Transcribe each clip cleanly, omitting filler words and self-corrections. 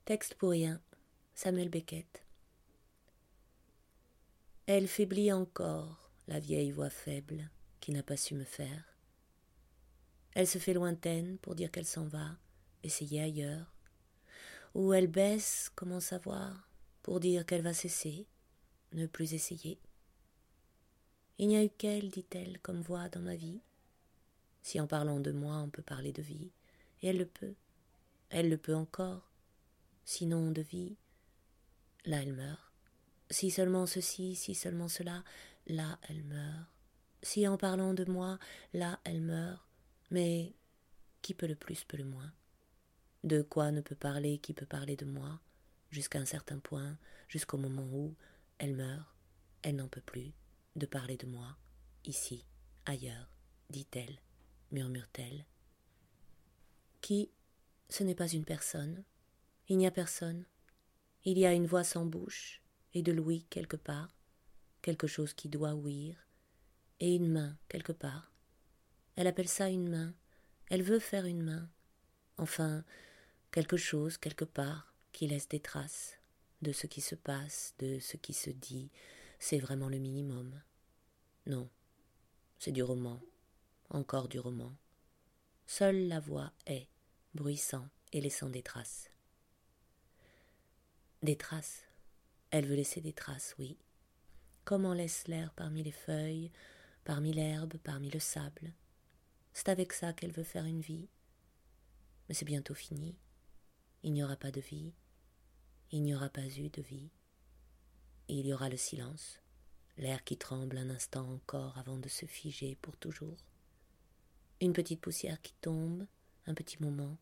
Texte pour rien, Samuel Beckett. Elle faiblit encore, la vieille voix faible qui n'a pas su me faire. Elle se fait lointaine pour dire qu'elle s'en va, essayer ailleurs. Ou elle baisse, comment savoir, pour dire qu'elle va cesser, ne plus essayer. Il n'y a eu qu'elle, dit-elle, comme voix dans ma vie. Si en parlant de moi on peut parler de vie, et elle le peut encore. Sinon de vie, là elle meurt. Si seulement ceci, si seulement cela, là elle meurt. Si en parlant de moi, là elle meurt. Mais qui peut le plus, peut le moins. De quoi ne peut parler qui peut parler de moi, jusqu'à un certain point, jusqu'au moment où elle meurt, elle n'en peut plus de parler de moi, ici, ailleurs, dit-elle, murmure-t-elle. Qui, ce n'est pas une personne, il n'y a personne, il y a une voix sans bouche et de l'ouïe quelque part, quelque chose qui doit ouïr, et une main quelque part. Elle appelle ça une main, elle veut faire une main, enfin, quelque chose quelque part qui laisse des traces de ce qui se passe, de ce qui se dit, c'est vraiment le minimum. Non, c'est du roman, encore du roman. Seule la voix est, bruissant et laissant des traces. Des traces. Elle veut laisser des traces, oui. Comme on laisse l'air parmi les feuilles, parmi l'herbe, parmi le sable. C'est avec ça qu'elle veut faire une vie. Mais c'est bientôt fini. Il n'y aura pas de vie. Il n'y aura pas eu de vie. Et il y aura le silence, l'air qui tremble un instant encore avant de se figer pour toujours. Une petite poussière qui tombe, un petit moment.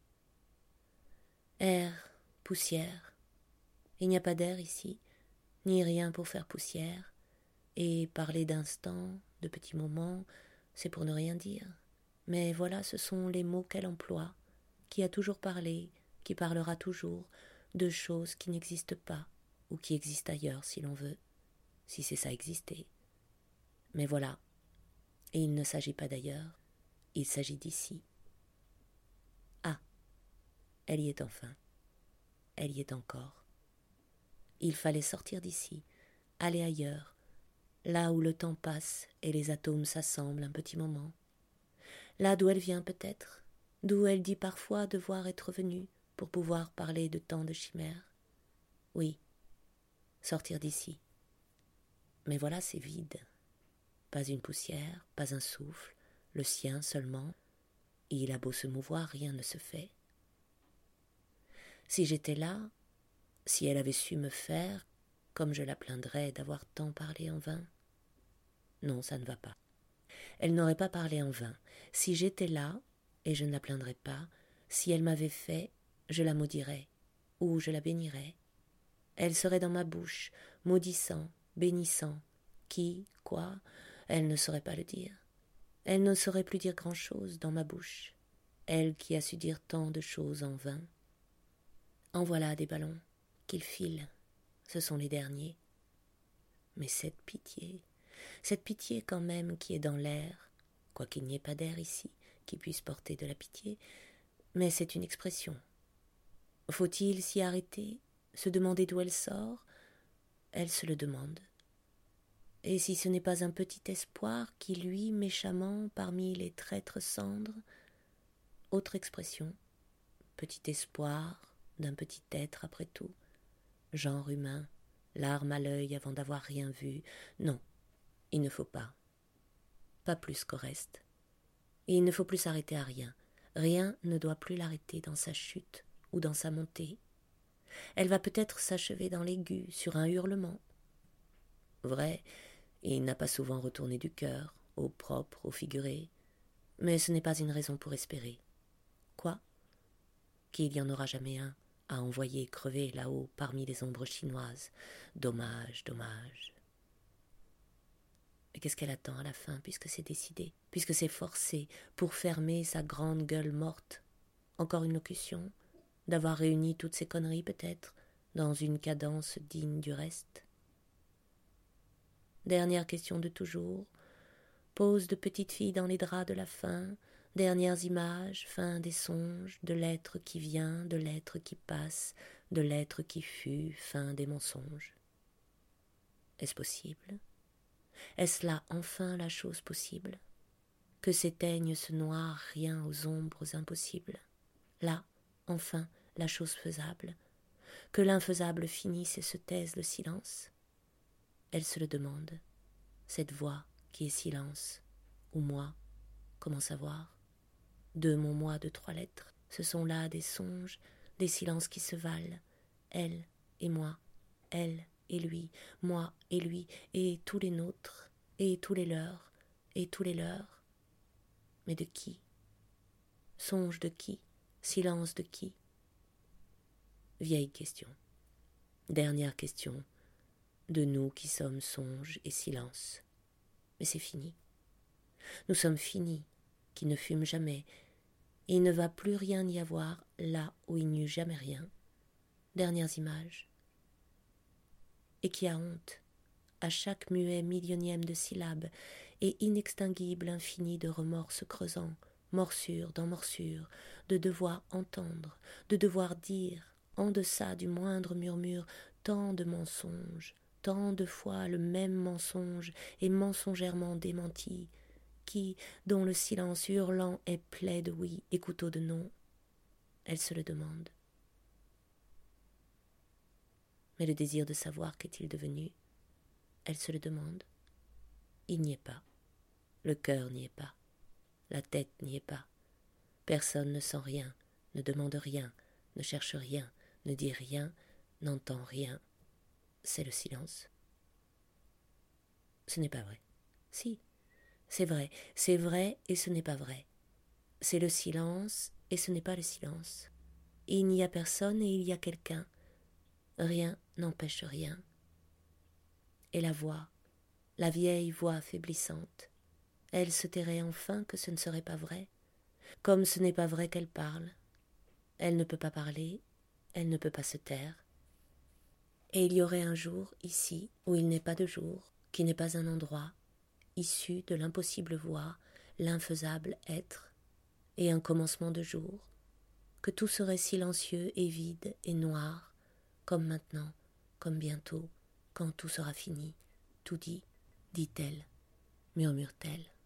Air, poussière. Il n'y a pas d'air ici, ni rien pour faire poussière. Et parler d'instants, de petits moments, c'est pour ne rien dire. Mais voilà, ce sont les mots qu'elle emploie, qui a toujours parlé, qui parlera toujours, de choses qui n'existent pas, ou qui existent ailleurs si l'on veut, si c'est ça exister. Mais voilà, et il ne s'agit pas d'ailleurs, il s'agit d'ici. Ah, elle y est enfin, elle y est encore. Il fallait sortir d'ici, aller ailleurs, là où le temps passe et les atomes s'assemblent un petit moment. Là d'où elle vient peut-être, d'où elle dit parfois devoir être venue pour pouvoir parler de tant de chimères. Oui, sortir d'ici. Mais voilà, c'est vide. Pas une poussière, pas un souffle, le sien seulement. Et il a beau se mouvoir, rien ne se fait. Si j'étais là, si elle avait su me faire, comme je la plaindrais d'avoir tant parlé en vain. Non, ça ne va pas. Elle n'aurait pas parlé en vain. Si j'étais là, et je ne la plaindrais pas, si elle m'avait fait, je la maudirais, ou je la bénirais. Elle serait dans ma bouche, maudissant, bénissant. Qui, quoi, elle ne saurait pas le dire. Elle ne saurait plus dire grand-chose dans ma bouche. Elle qui a su dire tant de choses en vain. En voilà des ballons, qu'ils filent, ce sont les derniers. Mais cette pitié quand même qui est dans l'air, quoiqu'il n'y ait pas d'air ici qui puisse porter de la pitié, mais c'est une expression. Faut-il s'y arrêter, se demander d'où elle sort? Elle se le demande. Et si ce n'est pas un petit espoir qui luit méchamment parmi les traîtres cendres? Autre expression, petit espoir d'un petit être après tout, genre humain, larme à l'œil avant d'avoir rien vu. Non, il ne faut pas. Pas plus qu'au reste. Et il ne faut plus s'arrêter à rien. Rien ne doit plus l'arrêter dans sa chute ou dans sa montée. Elle va peut-être s'achever dans l'aigu, sur un hurlement. Vrai, il n'a pas souvent retourné du cœur, au propre, au figuré. Mais ce n'est pas une raison pour espérer. Quoi? Qu'il n'y en aura jamais un à envoyer crever là-haut parmi les ombres chinoises. Dommage, dommage. Et qu'est-ce qu'elle attend à la fin, puisque c'est décidé, puisque c'est forcé, pour fermer sa grande gueule morte? Encore une locution, d'avoir réuni toutes ces conneries peut-être, dans une cadence digne du reste. Dernière question de toujours, pose de petite fille dans les draps de la faim, Dernières images, fin des songes, de l'être qui vient, de l'être qui passe, de l'être qui fut, fin des mensonges. Est-ce possible? Est-ce là enfin la chose possible? Que s'éteigne ce noir rien aux ombres impossibles? Là, enfin, la chose faisable? Que l'infaisable finisse et se taise le silence? Elle se le demande, cette voix qui est silence, ou moi, comment savoir? De mon moi de 3 lettres, ce sont là des songes, des silences qui se valent, elle et moi, elle et lui, moi et lui, et tous les nôtres, et tous les leurs, et tous les leurs. Mais de qui? Songe de qui? Silence de qui? Vieille question. Dernière question, de nous qui sommes songe et silence. Mais c'est fini. Nous sommes finis, qui ne fûmes jamais, et il ne va plus rien y avoir là où il n'y eut jamais rien. Dernières images. Et qui a honte, à chaque muet millionième de syllabes, et inextinguible infini de remords se creusant, morsure dans morsure, de devoir entendre, de devoir dire, en deçà du moindre murmure, tant de mensonges, tant de fois le même mensonge et mensongèrement démenti, qui, dont le silence hurlant est plaie de oui et couteau de non. Elle se le demande. Mais le désir de savoir qu'est-il devenu, elle se le demande. Il n'y est pas. Le cœur n'y est pas. La tête n'y est pas. Personne ne sent rien, ne demande rien, ne cherche rien, ne dit rien, n'entend rien. C'est le silence. Ce n'est pas vrai. Si, c'est vrai et ce n'est pas vrai. C'est le silence et ce n'est pas le silence. Il n'y a personne et il y a quelqu'un. Rien n'empêche rien. Et la voix, la vieille voix affaiblissante, elle se tairait enfin que ce ne serait pas vrai, comme ce n'est pas vrai qu'elle parle. Elle ne peut pas parler, elle ne peut pas se taire. Et il y aurait un jour, ici, où il n'est pas de jour, qui n'est pas un endroit, issu de l'impossible voix, l'infaisable être, et un commencement de jour, que tout serait silencieux et vide et noir, comme maintenant, comme bientôt, quand tout sera fini, tout dit, dit-elle, murmure-t-elle.